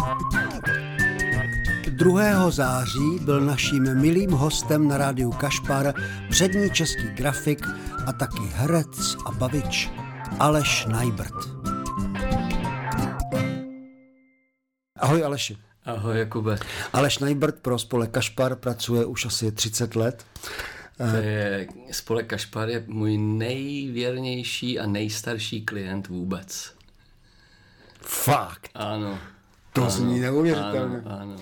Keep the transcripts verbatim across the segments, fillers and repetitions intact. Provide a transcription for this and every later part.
druhého září byl naším milým hostem na rádiu Kašpar přední český grafik a taky herec a bavič Aleš Najbrt. Ahoj Aleši. Ahoj Jakube. Aleš Najbrt pro spolek Kašpar pracuje už asi třicet let. To je, spolek Kašpar je můj nejvěrnější a nejstarší klient vůbec. Fakt? Ano. To ano, zní neuvěřitelné. Ano, ano.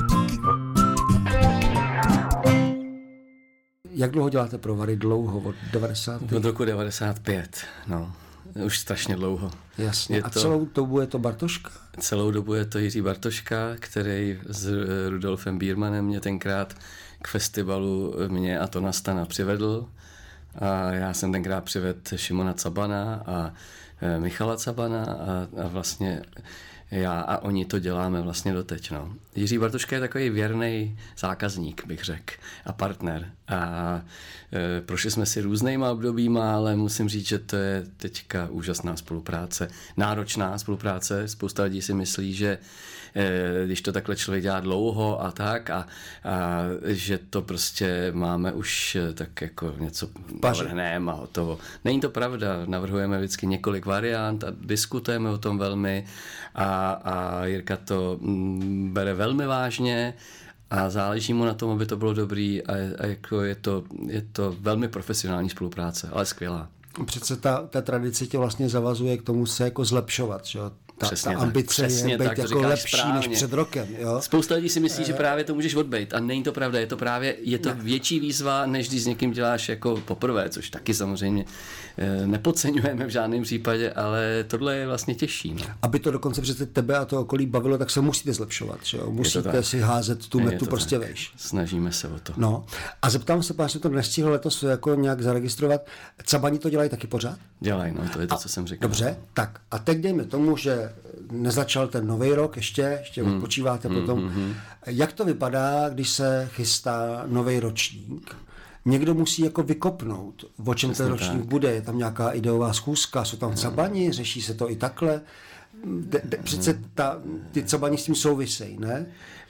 Jak dlouho děláte provary? Dlouho? Od devadesátých? Od roku devadesát pět, no. Už strašně dlouho. Jasně. Je a to, celou dobu je to Bartoška? Celou dobu je to Jiří Bartoška, který s Rudolfem Bírmanem mě tenkrát k festivalu mě a Tona Stana přivedl. A já jsem tenkrát přivedl Šimona Cabana a Michala Cabana a, a vlastně já a oni to děláme vlastně doteď. No. Jiří Bartoška je takový věrný zákazník, bych řekl, a partner. A e, prošli jsme si různýma obdobíma, ale musím říct, že to je teďka úžasná spolupráce, náročná spolupráce. Spousta lidí si myslí, že e, když to takhle člověk dělá dlouho a tak, a, a že to prostě máme už tak jako něco navrhneme a hotovo. Není to pravda, navrhujeme vždycky několik variant a diskutujeme o tom velmi a, a Jirka to m, bere velmi vážně a záleží mu na tom, aby to bylo dobrý a, a jako je to, je to velmi profesionální spolupráce, ale skvělá. Přece ta, ta tradice tě vlastně zavazuje k tomu se jako zlepšovat, že jo? Ta, ta ambice tak, je být tak, jako lepší správně. Než před rokem. Jo? Spousta lidí si myslí, že právě to můžeš odbejt a není to pravda, je to právě je to větší výzva, než když s někým děláš jako poprvé, což taky samozřejmě nepodceňujeme v žádném případě, ale tohle je vlastně těžší. No. Aby to dokonce přece tebe a to okolí bavilo, tak se musíte zlepšovat. Že jo? Musíte si házet tu metu prostě vejš. Snažíme se o to. No. A zeptám se, páč, to nestihl letos jako nějak zaregistrovat. Cabani to dělají taky pořád? Dělají, no, to je to, a, co jsem říkal. Dobře, tak a teď dejme tomu, že nezačal ten nový rok ještě, ještě mm. odpočíváte mm, potom. Mm, mm. Jak to vypadá, když se chystá nový ročník? Někdo musí jako vykopnout, o čem Přesně ten ročník tak. bude. Je tam nějaká ideová schůzka, jsou tam cabani, řeší se to i takhle. De, de, přece ta, ty cabani s tím souvisejí, ne?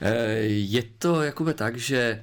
Je to jakoby tak, že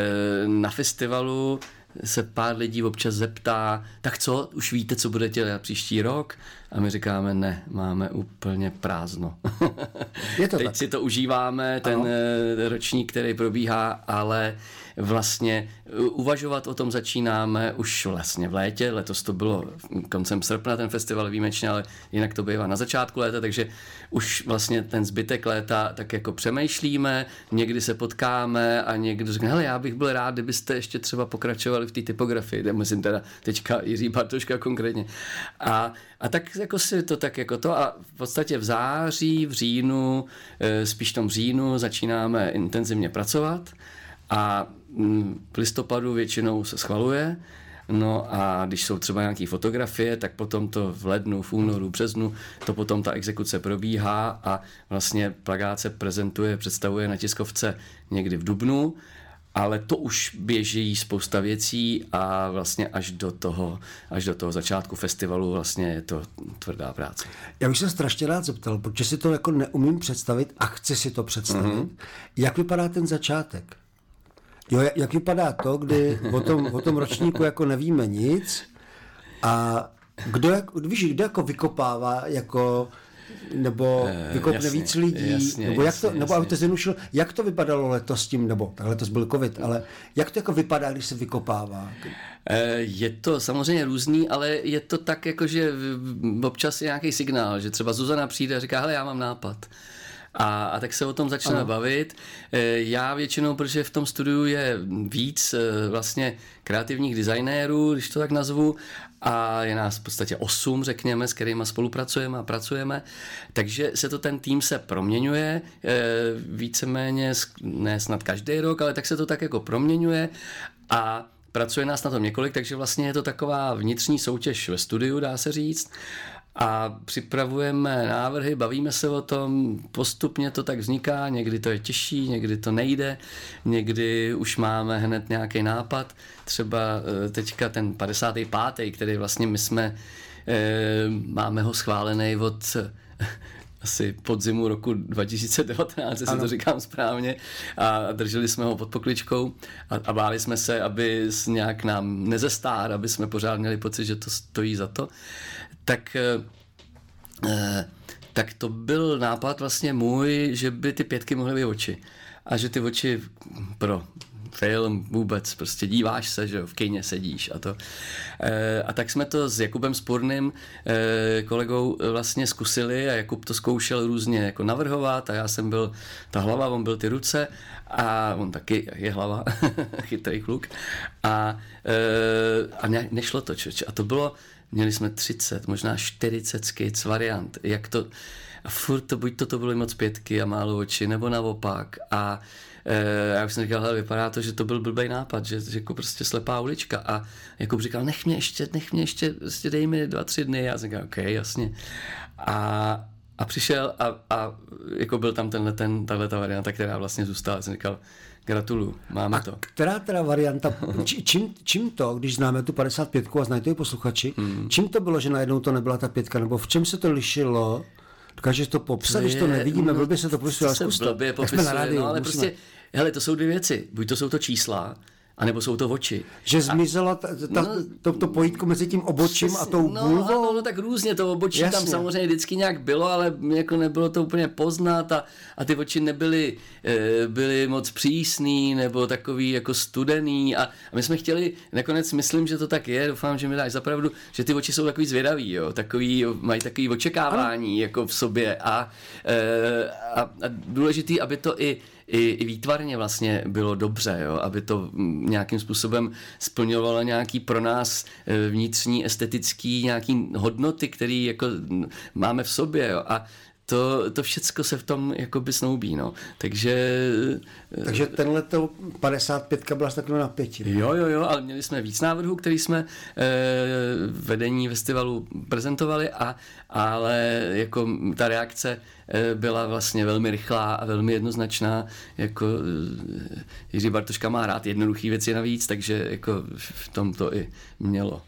na festivalu se pár lidí občas zeptá, tak co, už víte, co budete dělat příští rok? A my říkáme, ne, máme úplně prázdno. Je to Teď tak. si to užíváme, ten ano. ročník, který probíhá, ale vlastně uvažovat o tom začínáme už vlastně v létě. Letos to bylo koncem srpna ten festival výjimečně, ale jinak to bývá na začátku léta, takže už vlastně ten zbytek léta tak jako přemýšlíme, někdy se potkáme a někdo řekne, hele, já bych byl rád, kdybyste ještě třeba pokračovali v té typografii, myslím teda teďka Jiří Bartoška konkrétně. A, a tak jako si to tak jako to a v podstatě v září, v říjnu, spíš v tom říjnu začínáme intenzivně pracovat a v listopadu většinou se schvaluje, no a když jsou třeba nějaké fotografie, tak potom to v lednu, v únoru, březnu, to potom ta exekuce probíhá a vlastně plakát se prezentuje, představuje na tiskovce někdy v dubnu, ale to už běží spousta věcí a vlastně až do toho, až do toho začátku festivalu vlastně je to tvrdá práce. Já bych se strašně rád zeptal, protože si to jako neumím představit a chci si to představit. Mm-hmm. Jak vypadá ten začátek? Jo, jak vypadá to, kdy o tom, o tom ročníku jako nevíme nic a kdo, jak, víš, kdo jako vykopává jako nebo vykopne jasně, víc lidí, jasně, nebo jak jasně, to, nebo aby to zjednodušil, jak to vypadalo letos s tím, nebo tak letos byl covid, ale jak to jako vypadá, když se vykopává? Je to samozřejmě různý, ale je to tak jako, že občas je nějaký signál, že třeba Zuzana přijde a říká, hele, já mám nápad. A, a tak se o tom začneme ano. bavit. Já většinou, protože v tom studiu je víc vlastně kreativních designérů, když to tak nazvu, a je nás v podstatě osm, řekněme, s kterýma spolupracujeme a pracujeme, takže se to ten tým se proměňuje víceméně, ne snad každý rok, ale tak se to tak jako proměňuje a pracuje nás na tom několik, takže vlastně je to taková vnitřní soutěž ve studiu, dá se říct. A připravujeme návrhy, bavíme se o tom, postupně to tak vzniká, někdy to je těžší, někdy to nejde, někdy už máme hned nějaký nápad, třeba teďka ten padesátý pátý, který vlastně my jsme, máme ho schválený od asi podzimu roku dva tisíce devatenáct, jestli to říkám správně, a drželi jsme ho pod pokličkou a, a báli jsme se, aby nějak nám nezestár, aby jsme pořád měli pocit, že to stojí za to. Tak, eh, tak to byl nápad vlastně můj, že by ty pětky mohly být oči. A že ty oči pro film vůbec, prostě díváš se, že v kyně sedíš a to. E, a tak jsme to s Jakubem Spurným e, kolegou vlastně zkusili a Jakub to zkoušel různě jako navrhovat a já jsem byl ta hlava, on byl ty ruce a on taky je hlava, chytrý kluk. A, e, a ne, nešlo to, čoč. A to bylo, měli jsme třicet, možná čtyřicet skic variant, jak to, a furt to, buď to, to bylo moc pětky a málo oči, nebo naopak. A e, já už jsem říkal, hele, vypadá to, že to byl blbej nápad, že, že jako prostě slepá ulička. A Jakub říkal, nech mě ještě, nech mě ještě, prostě dej mi dva, tři dny. Já jsem říkal, OK, jasně. A, a přišel a, a jako byl tam tenhle, ten, tahle ta varianta, která vlastně zůstala. Já jsem říkal, gratuluju, máme a to. Která teda varianta, čím, čím to, když známe tu padesát pět a znají to i posluchači, hmm. čím to bylo, že najednou to nebyla ta pětka, nebo v čem se to lišilo? Dokážeš to popsat, když to nevidíme, blbě se to popisuje, ale zkus to. Blbě popisuje, no ale prostě, hele, to jsou dvě věci. Buď to jsou to čísla, anebo jsou to oči. Že zmizela ta, ta, no, to, to pojítko mezi tím obočím přes, a tou bulvou? No, no, no tak různě, to obočí Jasně. tam samozřejmě vždycky nějak bylo, ale jako nebylo to úplně poznat a, a ty oči nebyly e, byly moc přísný nebo takový jako studený a, a my jsme chtěli, nakonec myslím, že to tak je, doufám, že mi dáš za pravdu, že ty oči jsou takový zvědavý, jo, takový, mají takový očekávání ano. jako v sobě a, e, a, a důležitý, aby to i I, i výtvarně vlastně bylo dobře, jo? Aby to nějakým způsobem splňovalo nějaký pro nás vnitřní, estetický nějaký hodnoty, které jako máme v sobě. Jo? A to, to všecko se v tom jakoby snoubí. No. Takže... Takže tenhleto padesát pět byla takhle na pěti. Jo, jo, jo, ale měli jsme víc návrhů, který jsme e, vedení festivalu prezentovali, a, ale jako ta reakce e, byla vlastně velmi rychlá a velmi jednoznačná. Jako e, Jiří Bartoška má rád jednoduchý věci navíc, takže jako v tom to i mělo.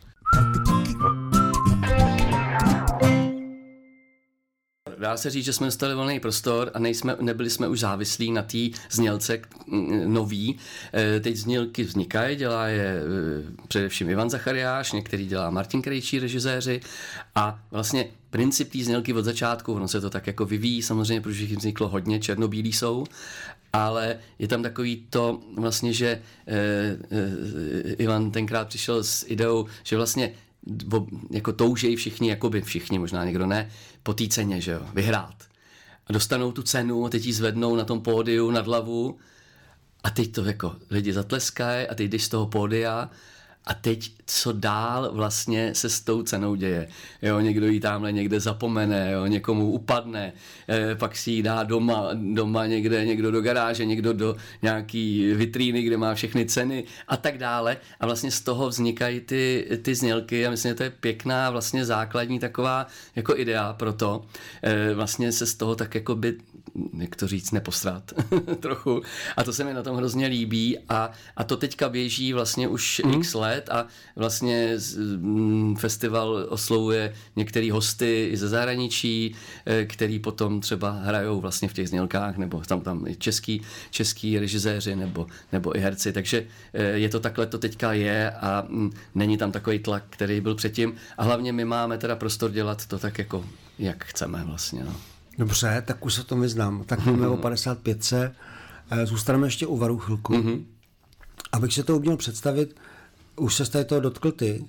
Dá se říct, že jsme dostali volný prostor a nejsme, nebyli jsme už závislí na té znělce nový. Teď znělky vznikají, dělá je především Ivan Zachariáš, některý dělá Martin Krejčí, režiséři, a vlastně princip té znělky od začátku, ono se to tak jako vyvíjí, samozřejmě, protože jich vzniklo hodně, černobílí jsou, ale je tam takový to vlastně, že eh, eh, Ivan tenkrát přišel s ideou, že vlastně jako toužejí všichni, jakoby všichni, možná někdo ne, po té ceně, že jo, vyhrát. A dostanou tu cenu, a teď ji zvednou na tom pódiu nad hlavu a teď to jako lidi zatleskají a teď jdeš z toho pódia a teď co dál vlastně se s tou cenou děje. Jo, někdo ji tamhle někde zapomene, jo, někomu upadne, eh, pak si ji dá doma, doma někde, někdo do garáže, někdo do nějaký vitríny, kde má všechny ceny a tak dále. A vlastně z toho vznikají ty, ty znělky a myslím, že to je pěkná vlastně základní taková jako idea pro to. Eh, vlastně se z toho tak jako by, jak to říct, neposrat trochu. A to se mi na tom hrozně líbí a, a to teďka běží vlastně už mm. x let a vlastně festival oslovuje některý hosty i ze zahraničí, který potom třeba hrajou vlastně v těch znělkách, nebo tam tam i český, český režiséři nebo, nebo i herci, takže je to takhle, to teďka je a není tam takový tlak, který byl předtím a hlavně my máme teda prostor dělat to tak jako, jak chceme vlastně. No. Dobře, tak už se to vyznám. Tak mluvíme o padesát pět. Zůstaneme ještě u Varu chvilku. Mm-hmm. Abych se to uměl představit, už se z toho dotkl ty.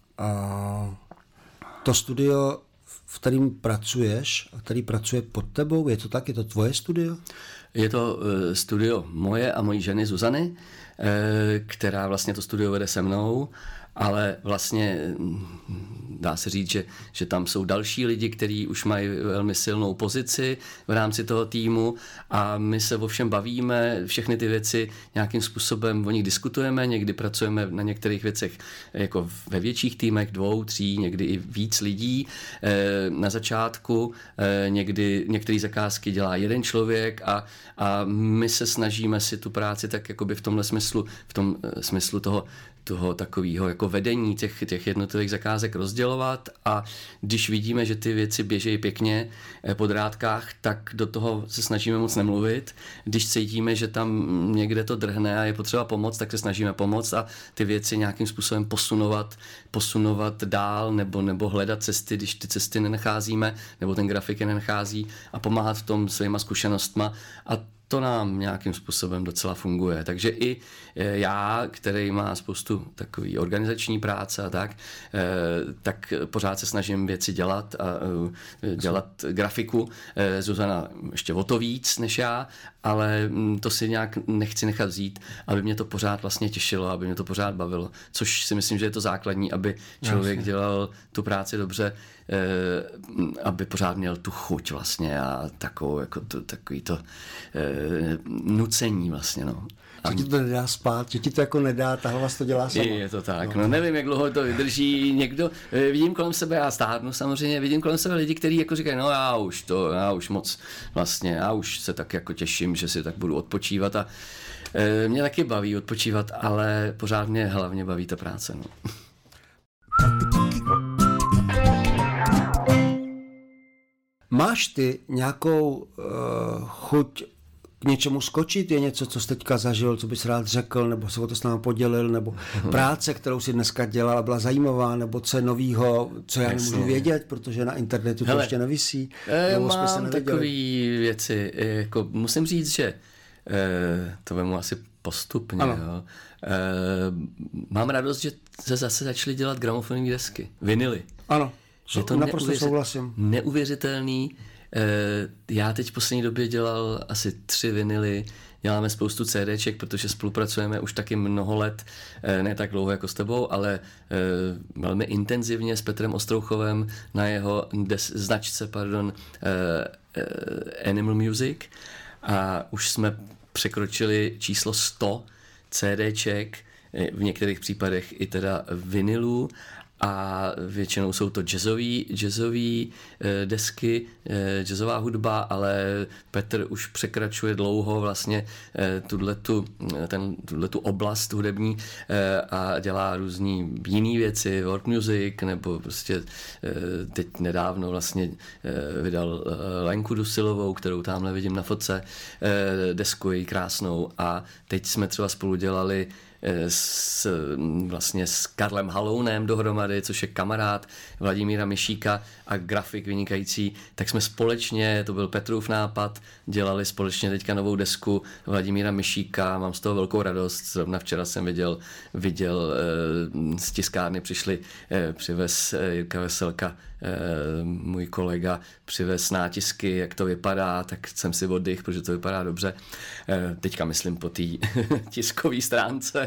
A to studio, v kterým pracuješ, a který pracuje pod tebou, je to tak? Je to tvoje studio? Je to uh, studio moje a mojí ženy Zuzany, uh, která vlastně to studio vede se mnou, ale vlastně dá se říct, že, že tam jsou další lidi, kteří už mají velmi silnou pozici v rámci toho týmu a my se o všem bavíme, všechny ty věci nějakým způsobem o nich diskutujeme, někdy pracujeme na některých věcech jako ve větších týmech, dvou, tří, někdy i víc lidí na začátku, někdy některé zakázky dělá jeden člověk a, a my se snažíme si tu práci tak jakoby v tomhle smyslu, v tom smyslu toho toho takového jako jako vedení těch, těch jednotlivých zakázek rozdělovat a když vidíme, že ty věci běžejí pěkně po drátkách, tak do toho se snažíme moc nemluvit. Když cítíme, že tam někde to drhne a je potřeba pomoct, tak se snažíme pomoct a ty věci nějakým způsobem posunovat, posunovat dál nebo, nebo hledat cesty, když ty cesty nenacházíme, nebo ten grafik je nenachází a pomáhat v tom svýma zkušenostma a to nám nějakým způsobem docela funguje. Takže i já, který má spoustu takový organizační práce a tak, tak pořád se snažím věci dělat a dělat grafiku. Zuzana ještě o to víc než já, ale to si nějak nechci nechat vzít, aby mě to pořád vlastně těšilo, aby mě to pořád bavilo, což si myslím, že je to základní, aby člověk dělal tu práci dobře, aby pořád měl tu chuť vlastně a takovou, jako to, takový to nucení vlastně, no. Že ti to nedá spát, že ti to jako nedá, ta hlava to dělá sama. Je to tak, no. no nevím, jak dlouho to vydrží někdo, vidím kolem sebe, já stárnu samozřejmě, vidím kolem sebe lidi, kteří jako říkají, no já už to, já už moc vlastně, já už se tak jako těším, že si tak budu odpočívat a e, mě taky baví odpočívat, ale pořád mě hlavně baví ta práce, no. Máš ty nějakou uh, chuť k něčemu skočit? Je něco, co jsi teďka zažil, co bys rád řekl, nebo se o to s námi podělil, nebo práce, kterou si dneska dělala, byla zajímavá, nebo co je novýho, co já Jasně. nemůžu vědět, protože na internetu Hele, to ještě nevisí. E, mám takový věci, jako musím říct, že e, to vemu asi postupně. Jo. E, mám radost, že se zase začaly dělat gramofonní desky, vinily. Ano. Je to naprosto souhlasím. Neuvěřitelný. Já teď v poslední době dělal asi tři vinily, děláme spoustu CDček, protože spolupracujeme už taky mnoho let, ne tak dlouho jako s tebou, ale velmi intenzivně s Petrem Ostrouchovem na jeho des, značce pardon, Animal Music a už jsme překročili číslo sto CDček, v některých případech i teda vinylů. A většinou jsou to jazzový, jazzový eh, desky, eh, jazzová hudba, ale Petr už překračuje dlouho vlastně eh, tuhletu, ten, tuhletu oblast hudební eh, a dělá různý jiný věci, world music, nebo prostě eh, teď nedávno vlastně eh, vydal eh, Lenku Dusilovou, kterou tamhle vidím na fotce, eh, desku její krásnou a teď jsme třeba spolu dělali S, vlastně s Karlem Halounem dohromady, což je kamarád Vladimíra Myšíka a grafik vynikající, tak jsme společně, to byl Petrův nápad, dělali společně teďka novou desku Vladimíra Myšíka, mám z toho velkou radost, zrovna včera jsem viděl, viděl z tiskárny přišli, přivez Jirka Veselka, můj kolega, přivez nátisky, jak to vypadá, tak jsem si oddych, protože to vypadá dobře. Teďka myslím po té tiskové stránce.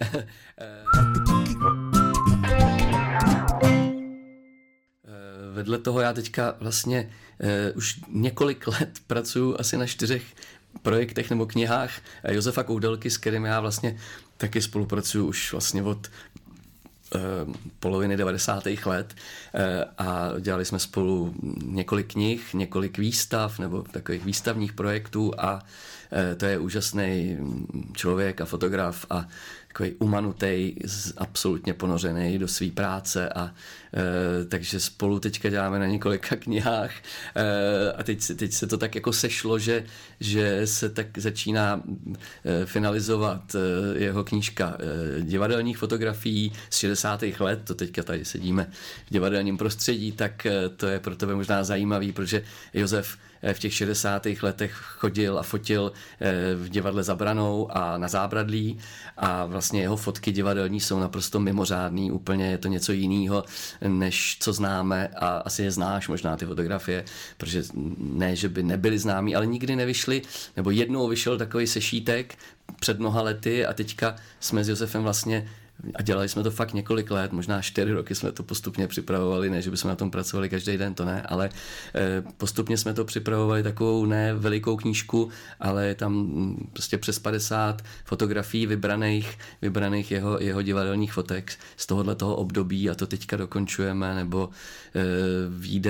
Vedle toho já teďka vlastně už několik let pracuji asi na čtyřech projektech nebo knihách Josefa Koudelky, s kterým já vlastně taky spolupracuju už vlastně od poloviny devadesátých let a dělali jsme spolu několik knih, několik výstav nebo takových výstavních projektů a to je úžasný člověk a fotograf a takový umanutej, absolutně ponořený do své práce a e, takže spolu teďka děláme na několika knihách e, a teď, teď se to tak jako sešlo, že, že se tak začíná e, finalizovat e, jeho knížka e, divadelních fotografií z šedesátých let, to teďka tady sedíme v divadelním prostředí, tak e, to je pro tebe možná zajímavý, protože Josef v těch šedesátých letech chodil a fotil v divadle Za branou a na Zábradlí a vlastně jeho fotky divadelní jsou naprosto mimořádný, úplně je to něco jiného, než co známe a asi je znáš možná ty fotografie, protože ne, že by nebyly známý, ale nikdy nevyšly, nebo jednou vyšel takový sešítek před mnoha lety a teďka jsme s Josefem vlastně a dělali jsme to fakt několik let, možná čtyři roky jsme to postupně připravovali, ne, že bychom na tom pracovali každý den, to ne, ale postupně jsme to připravovali takovou ne velikou knížku, ale je tam prostě přes padesát fotografií vybraných, vybraných jeho, jeho divadelních fotek z tohohle toho období a to teďka dokončujeme, nebo vyjde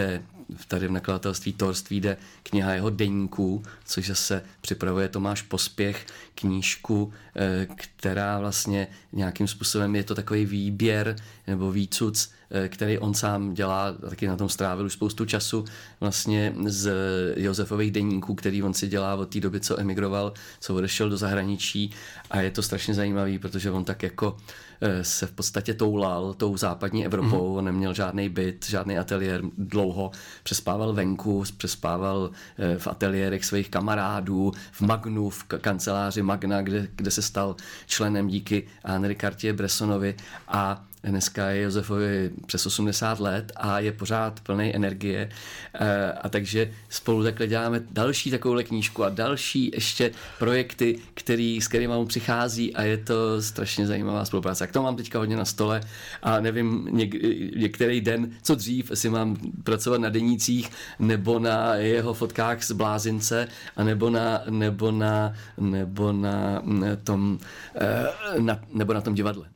tady v nakladatelství Torst vyjde kniha jeho deníků, což zase připravuje Tomáš Pospěch, knížku, která vlastně nějakým způsobem je to takový výběr nebo výcuc, který on sám dělá, taky na tom strávil už spoustu času, vlastně z Josefových deníků, který on si dělá od té doby, co emigroval, co odešel do zahraničí, a je to strašně zajímavý, protože on tak jako se v podstatě toulal tou západní Evropou, mm. on neměl žádný byt, žádný ateliér dlouho, přespával venku, přespával v ateliérech svých kamarádů, v Magnu, v kanceláři Magna, kde, kde se stal členem díky Henri Cartier-Bressonovi, a dneska je Josefovi přes osmdesát let a je pořád plný energie, a takže spolu takhle děláme další takovouhle knížku a další ještě projekty, který, s kterými mu přichází, a je to strašně zajímavá spolupráce. A k tomu mám teďka hodně na stole a nevím něk, některý den, co dřív, jestli mám pracovat na denících nebo na jeho fotkách z Blázince, a nebo na, nebo na, nebo na tom, na, nebo na tom divadle.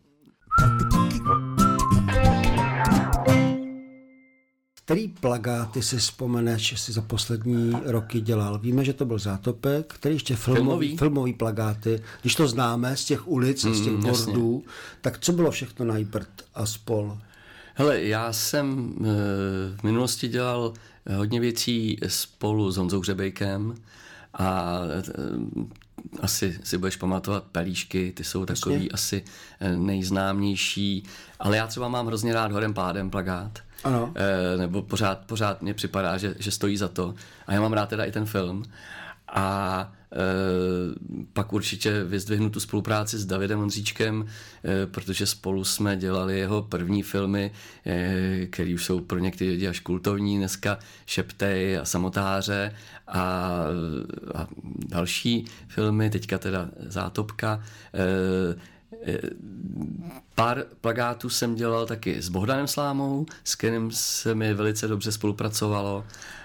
Který plagáty si vzpomeneš, že si za poslední roky dělal? Víme, že to byl Zátopek, který ještě filmový, filmový? filmový plagáty, když to známe z těch ulic, mm, z těch bordů, tak co bylo všechno Najbrt a spol? Hele, já jsem v minulosti dělal hodně věcí spolu s Honzou Hřebejkem a asi si budeš pamatovat Pelíšky, ty jsou takový Jasně. asi nejznámější, ale já třeba mám hrozně rád Horem pádem plakát. Ano. E, nebo pořád, pořád mně připadá, že, že stojí za to. A já mám rád teda i ten film. A e, pak určitě vyzdvihnu tu spolupráci s Davidem Ondříčkem, e, protože spolu jsme dělali jeho první filmy, e, které už jsou pro některé lidi až kultovní dneska, Šeptej a Samotáře a, a další filmy, teďka teda Zátopka. E, Pár plakátů jsem dělal taky s Bohdanem Slámou, s kterým se mi velice dobře spolupracovalo.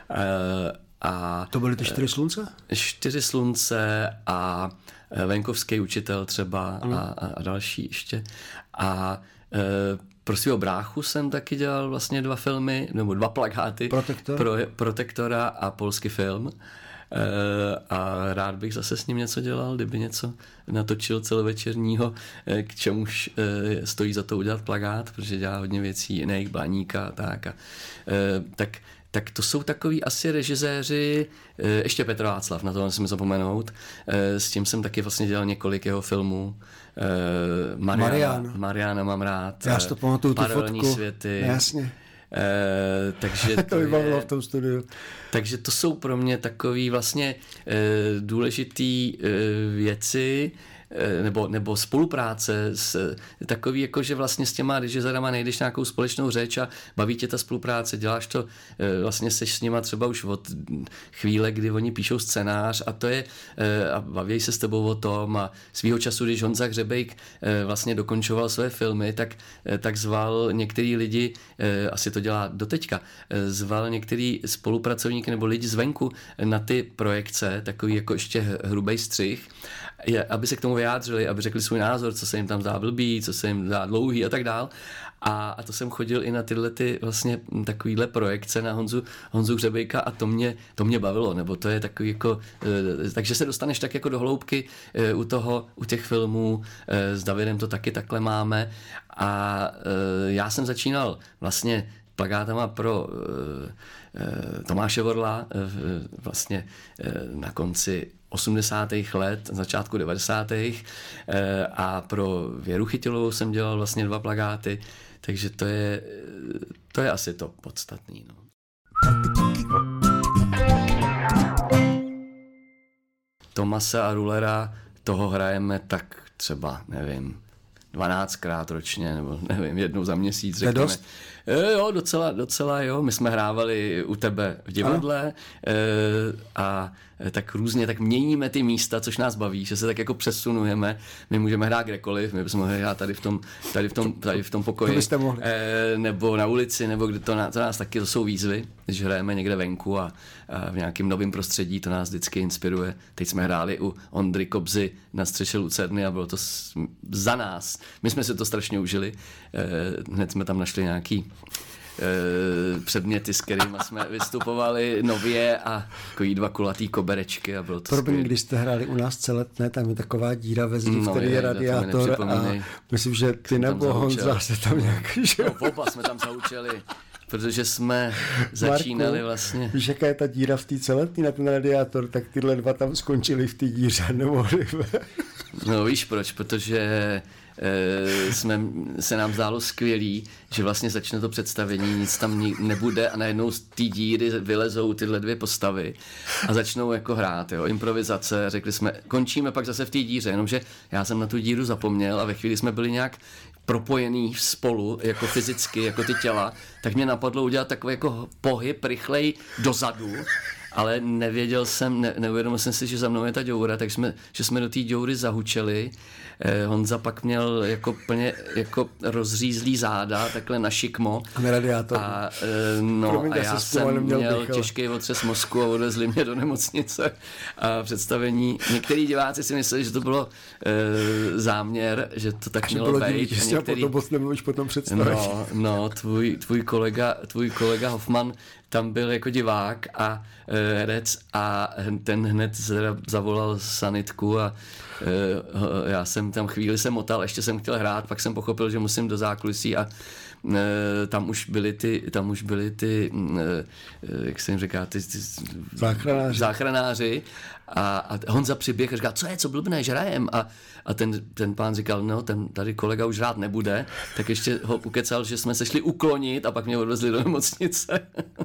A to byly ty Čtyři slunce? Čtyři slunce a Venkovský učitel třeba a, a další ještě. A pro svého bráchu jsem taky dělal vlastně dva filmy, nebo dva plakáty. Protektor? Pro, Protektora a Polský film. A rád bych zase s ním něco dělal, kdyby něco natočil celovečerního, k čemuž stojí za to udělat plakát, protože dělá hodně věcí jiných, Blaníka a tak. A, tak tak to jsou takový asi režiséři, ještě Petr Václav, na to musím zapomenout, s tím jsem taky vlastně dělal několik jeho filmů. Mariana, Mariana. Mariana mám rád. Já si to pamatuju, tu fotku. Světy. Jasně. Eh, takže to by bylo v tom studiu. Takže to jsou pro mě takový vlastně eh, důležitý eh, věci, nebo, nebo spolupráce s takový, jako že vlastně s těma režisérama nejdeš nějakou společnou řeč a baví tě ta spolupráce, děláš to, vlastně seš s nima třeba už od chvíle, kdy oni píšou scénář a to je, a baví se s tebou o tom a svýho času, když Honza Hřebejk vlastně dokončoval své filmy, tak, tak zval některý lidi, asi to dělá doteďka, zval některý spolupracovníky nebo lidi zvenku na ty projekce, takový jako ještě hrubej střih, aby se k tomu vyjádřili, aby řekli svůj názor, co se jim tam zdá blbý, co se jim zdá dlouhý a tak dál. A, a to jsem chodil i na tyhle ty vlastně takovýhle projekce na Honzu, Honzu Hřebejka a to mě, to mě bavilo, nebo to je takový jako, takže se dostaneš tak jako do hloubky u toho, u těch filmů, s Davidem to taky takhle máme a já jsem začínal vlastně plakátama pro Tomáše Vorla vlastně na konci osmdesátých let, na začátku devadesátých a pro Věru Chytilovou jsem dělal vlastně dva plakáty, takže to je, to je asi to podstatný. No. Tomase a Rulera, toho hrajeme tak třeba, nevím, dvanáctkrát ročně, nebo nevím, jednou za měsíc, řekněme. Dost? Jo, docela, docela jo. My jsme hrávali u tebe v divadle a tak různě tak měníme ty místa, což nás baví, že se tak jako přesunujeme. My můžeme hrát kdekoliv, my bychom mohli hrát tady v tom, tady v tom, tady v tom pokoji. To byste mohli. Nebo na ulici, nebo kde to, to nás taky, to jsou výzvy, když hrajeme někde venku a, a v nějakém novém prostředí, to nás vždycky inspiruje. Teď jsme hráli u Ondry Kobzy na střeše Lucerny a bylo to za nás. My jsme si to strašně užili. Hned jsme tam našli nějaký e, předměty, s kterými jsme vystupovali nově a takový dva kulatý koberečky a bylo to První, když jste hráli u nás Celetné, tam je taková díra ve zdi, v no, který je radiátor a myslím, že ty nebo Honza se tam nějak... No, oba jsme tam zaučili. Protože jsme začínali Marku, vlastně. Víš, jaká je ta díra v té Celetný na ten radiátor, tak tyhle dva tam skončili v té díře, nemohli. No víš proč, protože e, jsme, se nám zdálo skvělý, že vlastně začne to představení, nic tam nebude a najednou z té díry vylezou tyhle dvě postavy a začnou jako hrát, jo, improvizace, řekli jsme, končíme pak zase v té díře, jenomže já jsem na tu díru zapomněl a ve chvíli jsme byli nějak propojený spolu, jako fyzicky, jako ty těla, tak mě napadlo udělat takový jako pohyb rychlej dozadu, ale nevěděl jsem, ne, neuvědomil jsem si, že za mnou je ta děura, takže jsme, že jsme do té děury zahučeli. Eh, Honza pak měl jako plně jako rozřízlý záda, takhle na šikmo. A na radiátor. A, eh, no, Promiň, a já jsem měl dýchal. Těžký otřes mozku a odvezli mě do nemocnice. A představení, některý diváci si mysleli, že to bylo eh, záměr, že to tak že mělo být. Že některý... potom moc nemluvíš potom představit. No, no tvůj, tvůj, kolega, tvůj kolega Hoffman tam byl jako divák a e, herec a ten hned zavolal sanitku a e, já jsem tam chvíli se motal, ještě jsem chtěl hrát, pak jsem pochopil, že musím do zákulisí a e, tam už byly ty, tam už byly ty, e, jak se jim říká, ty, ty záchranáři. záchranáři a, a Honza přiběh a říká, co je, co blbne, že hrajem? A, a ten, ten pán říkal, no, ten tady kolega už hrát nebude, tak ještě ho ukecal, že jsme se šli uklonit a pak mě odvezli do nemocnice.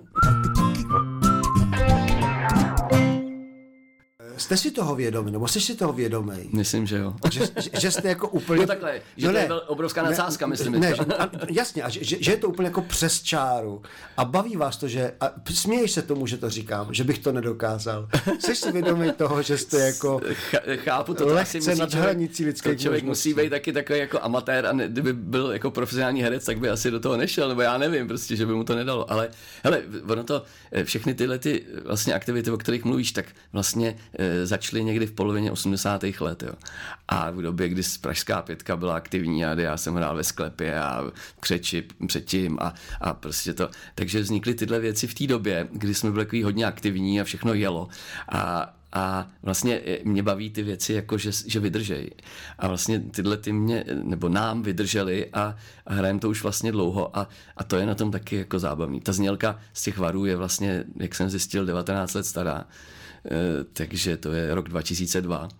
Jste si toho vědomí, nebo jsi si toho vědomý? Myslím, že jo. Že, že, že jste jako úplně... No takhle, že no to ne, je obrovská nadsázka, ne, myslím. Ne, že, a, jasně, a že, že je to úplně jako přes čáru. A baví vás to, že... A směješ se tomu, že to říkám, že bych to nedokázal. Jsi si vědomý toho, že jste jako... Chápu to, to lehce nad hranicí lidských možností. Člověk musí být taky takový jako amatér a ne, kdyby byl jako profesionální herec, tak by asi do toho nešel, nebo já nevím prostě, že by mu to nedalo. Ale hele, ono to, všechny tyhle ty vlastně aktivity, o kterých mluvíš, tak vlastně e, začaly někdy v polovině osmdesátých let, jo. A v době, kdy Pražská pětka byla aktivní a já jsem hrál ve sklepě a křeči předtím a, a prostě to. Takže vznikly tyhle věci v té době, kdy jsme byli takový hodně aktivní a všechno jelo. A A vlastně mě baví ty věci, jako že, že vydržej. A vlastně tyhle ty mě, nebo nám vydrželi a, a hrajeme to už vlastně dlouho a, a to je na tom taky jako zábavný. Ta znělka z těch varů je vlastně, jak jsem zjistil, devatenáct let stará. E, takže to je rok dva tisíce dva.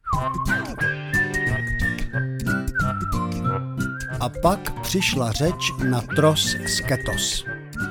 A pak přišla řeč na Tros Sketos.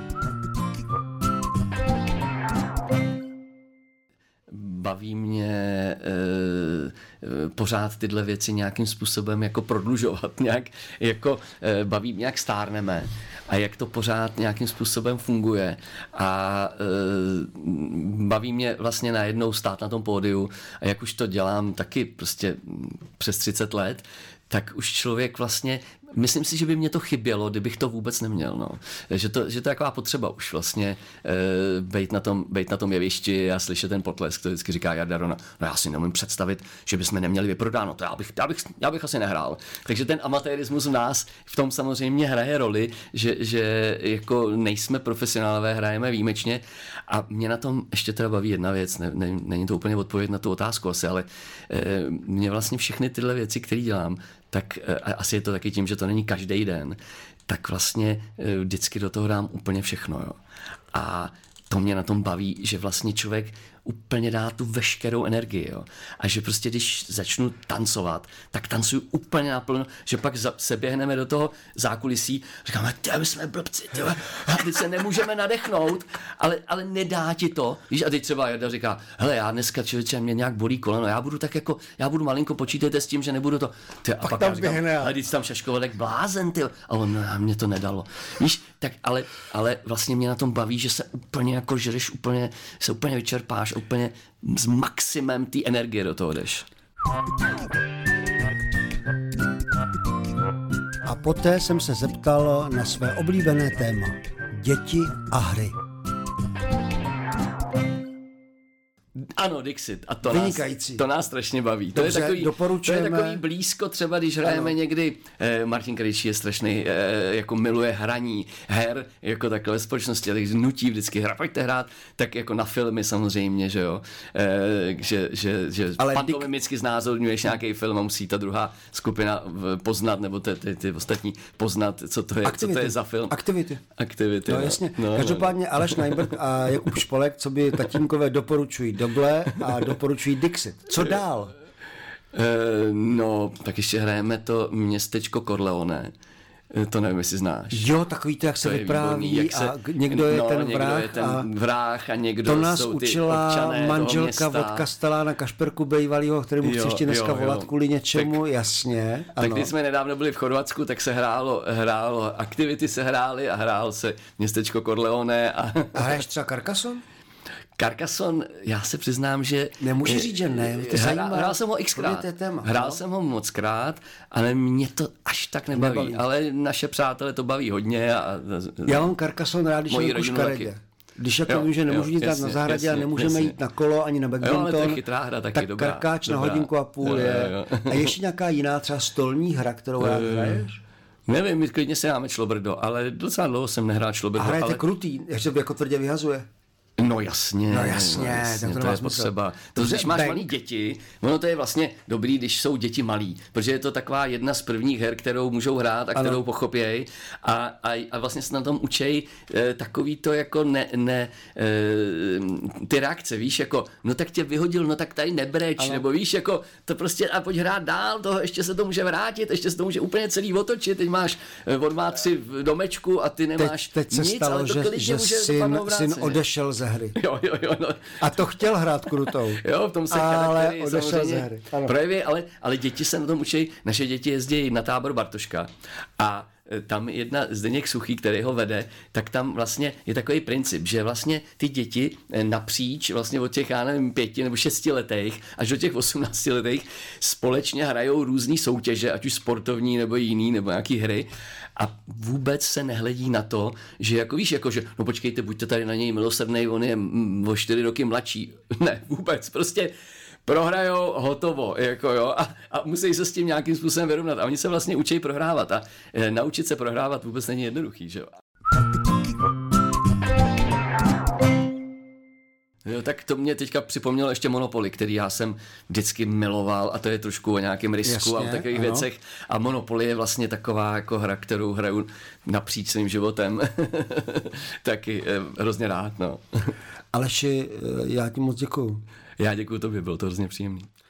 Baví mě e, e, pořád tyhle věci nějakým způsobem jako prodlužovat, nějak, jako e, baví mě, jak stárneme a jak to pořád nějakým způsobem funguje a e, baví mě vlastně najednou stát na tom pódiu a jak už to dělám taky prostě přes třicet let, tak už člověk vlastně, myslím si, že by mě to chybělo, kdybych to vůbec neměl. No. Že, to, že to je taková potřeba už vlastně e, bejt, na tom, bejt na tom jevišti a slyšet ten potlesk, to vždycky říká Jarda Rona. No já si neumím představit, že bychom neměli vyprodáno, to já bych, já bych, já bych asi nehrál. Takže ten amatérismus v nás v tom samozřejmě hraje roli, že, že jako nejsme profesionálové, hrajeme výjimečně a mě na tom ještě teda baví jedna věc, ne, ne, není to úplně odpověď na tu otázku asi, ale e, mě vlastně všechny tyhle věci, které dělám, tak a asi je to taky tím, že to není každý den, tak vlastně vždycky do toho dám úplně všechno. Jo. A to mě na tom baví, že vlastně člověk úplně dá tu veškerou energii. Jo. A že prostě, když začnu tancovat, tak tancuju úplně naplno, že pak se běhneme do toho zákulisí, říkáme, my jsme blbci, tyhle, a teď se nemůžeme nadechnout, ale, ale nedá ti to. Víš, a teď třeba Jarda říká, hele, já dneska člověče, mě nějak bolí koleno, já budu tak jako, já budu malinko, počítejte s tím, že nebudu to. Ty, a pak já říkám, ale teď tam šaškoval jak blázen, ty. A on, no, mě to nedalo. Víš, tak ale, ale vlastně mě na tom baví, že se úplně jako žereš, úplně, se úplně vyčerpáš, úplně s maximem té energie do toho jdeš. A poté jsem se zeptal na své oblíbené téma. Děti a hry. Ano, Dixit. A to Vynikající. nás, to nás strašně baví. Dobře, to, je takový, doporučujeme. to je takový blízko, třeba když hrajeme ano. někdy, eh, Martin Krejčí je strašný, eh, jako miluje hraní her, jako takové společnosti, ale nutí vždycky hra, pojďte hrát, tak jako na filmy samozřejmě, že jo, eh, že, že, že pantomimicky znázorňuješ nějaký film a musí ta druhá skupina poznat, nebo ty, ty, ty ostatní poznat, co to je, co to je za film. Aktivity. Aktivity. No, no jasně. No, Každopádně no. Aleš Najbrd a Jakub Špolek, co by tatínkové doporučují Doble a doporučují Dixit. Co dál? No, tak ještě hrajeme to Městečko Corleone. To nevím, jestli znáš. Jo, takový to, jak se to vypráví výborný, jak se, a někdo je no, ten vrah. Je ten a vrah a někdo to nás jsou učila manželka od Kastelána Kašperku Bejvalýho, kterému chci ještě dneska jo, jo. volat kvůli něčemu, tak, jasně. Tak ano. když jsme nedávno byli v Chorvatsku, tak se hrálo, hrálo aktivity se hrály a hrál se Městečko Corleone. A, a hraješ třeba Carcassonne? Carcassonne, já se přiznám, že... Nemůžu říct, že ne. Hrál, hrál jsem ho xkrát. Téma, hrál no? jsem ho mockrát, ale mě to až tak nebaví. nebaví. Ale naše přátelé to baví hodně. A, já mám Carcassonne rád, když je ku škaredě. Když jako jo, vím, že nemůžu jít na zahradě jasně, a nemůžeme jasně. jít na kolo ani na badminton, jo, ale to je chytrá hra, taky tak dobrá, karkáč dobrá. na hodinku a půl jo, je. Jo, jo. A ještě nějaká jiná třeba stolní hra, kterou rád hraješ? Nevím, my klidně se dáme šlobrdo, ale docela dlouho jsem nehrál šlobrdo. A hrajete ale... krutý, jak se jako tvrdě vyhazuje. No jasně, no jasně, no jasně to, to je potřeba. To, když máš malý děti, ono to je vlastně dobrý, když jsou děti malí, protože je to taková jedna z prvních her, kterou můžou hrát a ano. kterou pochopějí a, a, a vlastně se na tom učej e, takový to jako ne, ne e, ty reakce, víš, jako no tak tě vyhodil, no tak tady nebreč, ano. nebo víš, jako to prostě a pojď hrát dál, toho ještě se to může vrátit, ještě se to může úplně celý otočit, teď máš od má tři v domečku a ty nemáš teď, teď se nic, stalo, ale to že, klidně že může syn, syn odešel ze hry. Jo, jo, jo, no. A to chtěl hrát krutou. Jo, v tom se ale odešel ze hry. Projeví, ale, ale děti se na tom učí. Naše děti jezdí na tábor Bartoška a tam jedna Zdeněk Suchý, který ho vede, tak tam vlastně je takový princip, že vlastně ty děti napříč vlastně od těch, já nevím, pěti nebo šesti letech až do těch osmnácti letech společně hrajou různý soutěže, ať už sportovní nebo jiný, nebo nějaký hry a vůbec se nehledí na to, že jako víš, jako že no počkejte, buďte tady na něj milosrdnej, on je o čtyři roky mladší. Ne, vůbec, prostě prohrajou, hotovo, jako jo, a, a musí se s tím nějakým způsobem vyrovnat. A oni se vlastně učí prohrávat a e, naučit se prohrávat vůbec není jednoduchý, že jo. Jo, tak to mě teďka připomnělo ještě Monopoly, který já jsem vždycky miloval a to je trošku o nějakém risku jasně, a o takových ano. věcech. A Monopoly je vlastně taková jako hra, kterou hraju napříč svým životem. Taky eh, hrozně rád, no. Aleši, já ti moc děkuju. Já děkuju tobě, bylo to hrozně příjemný.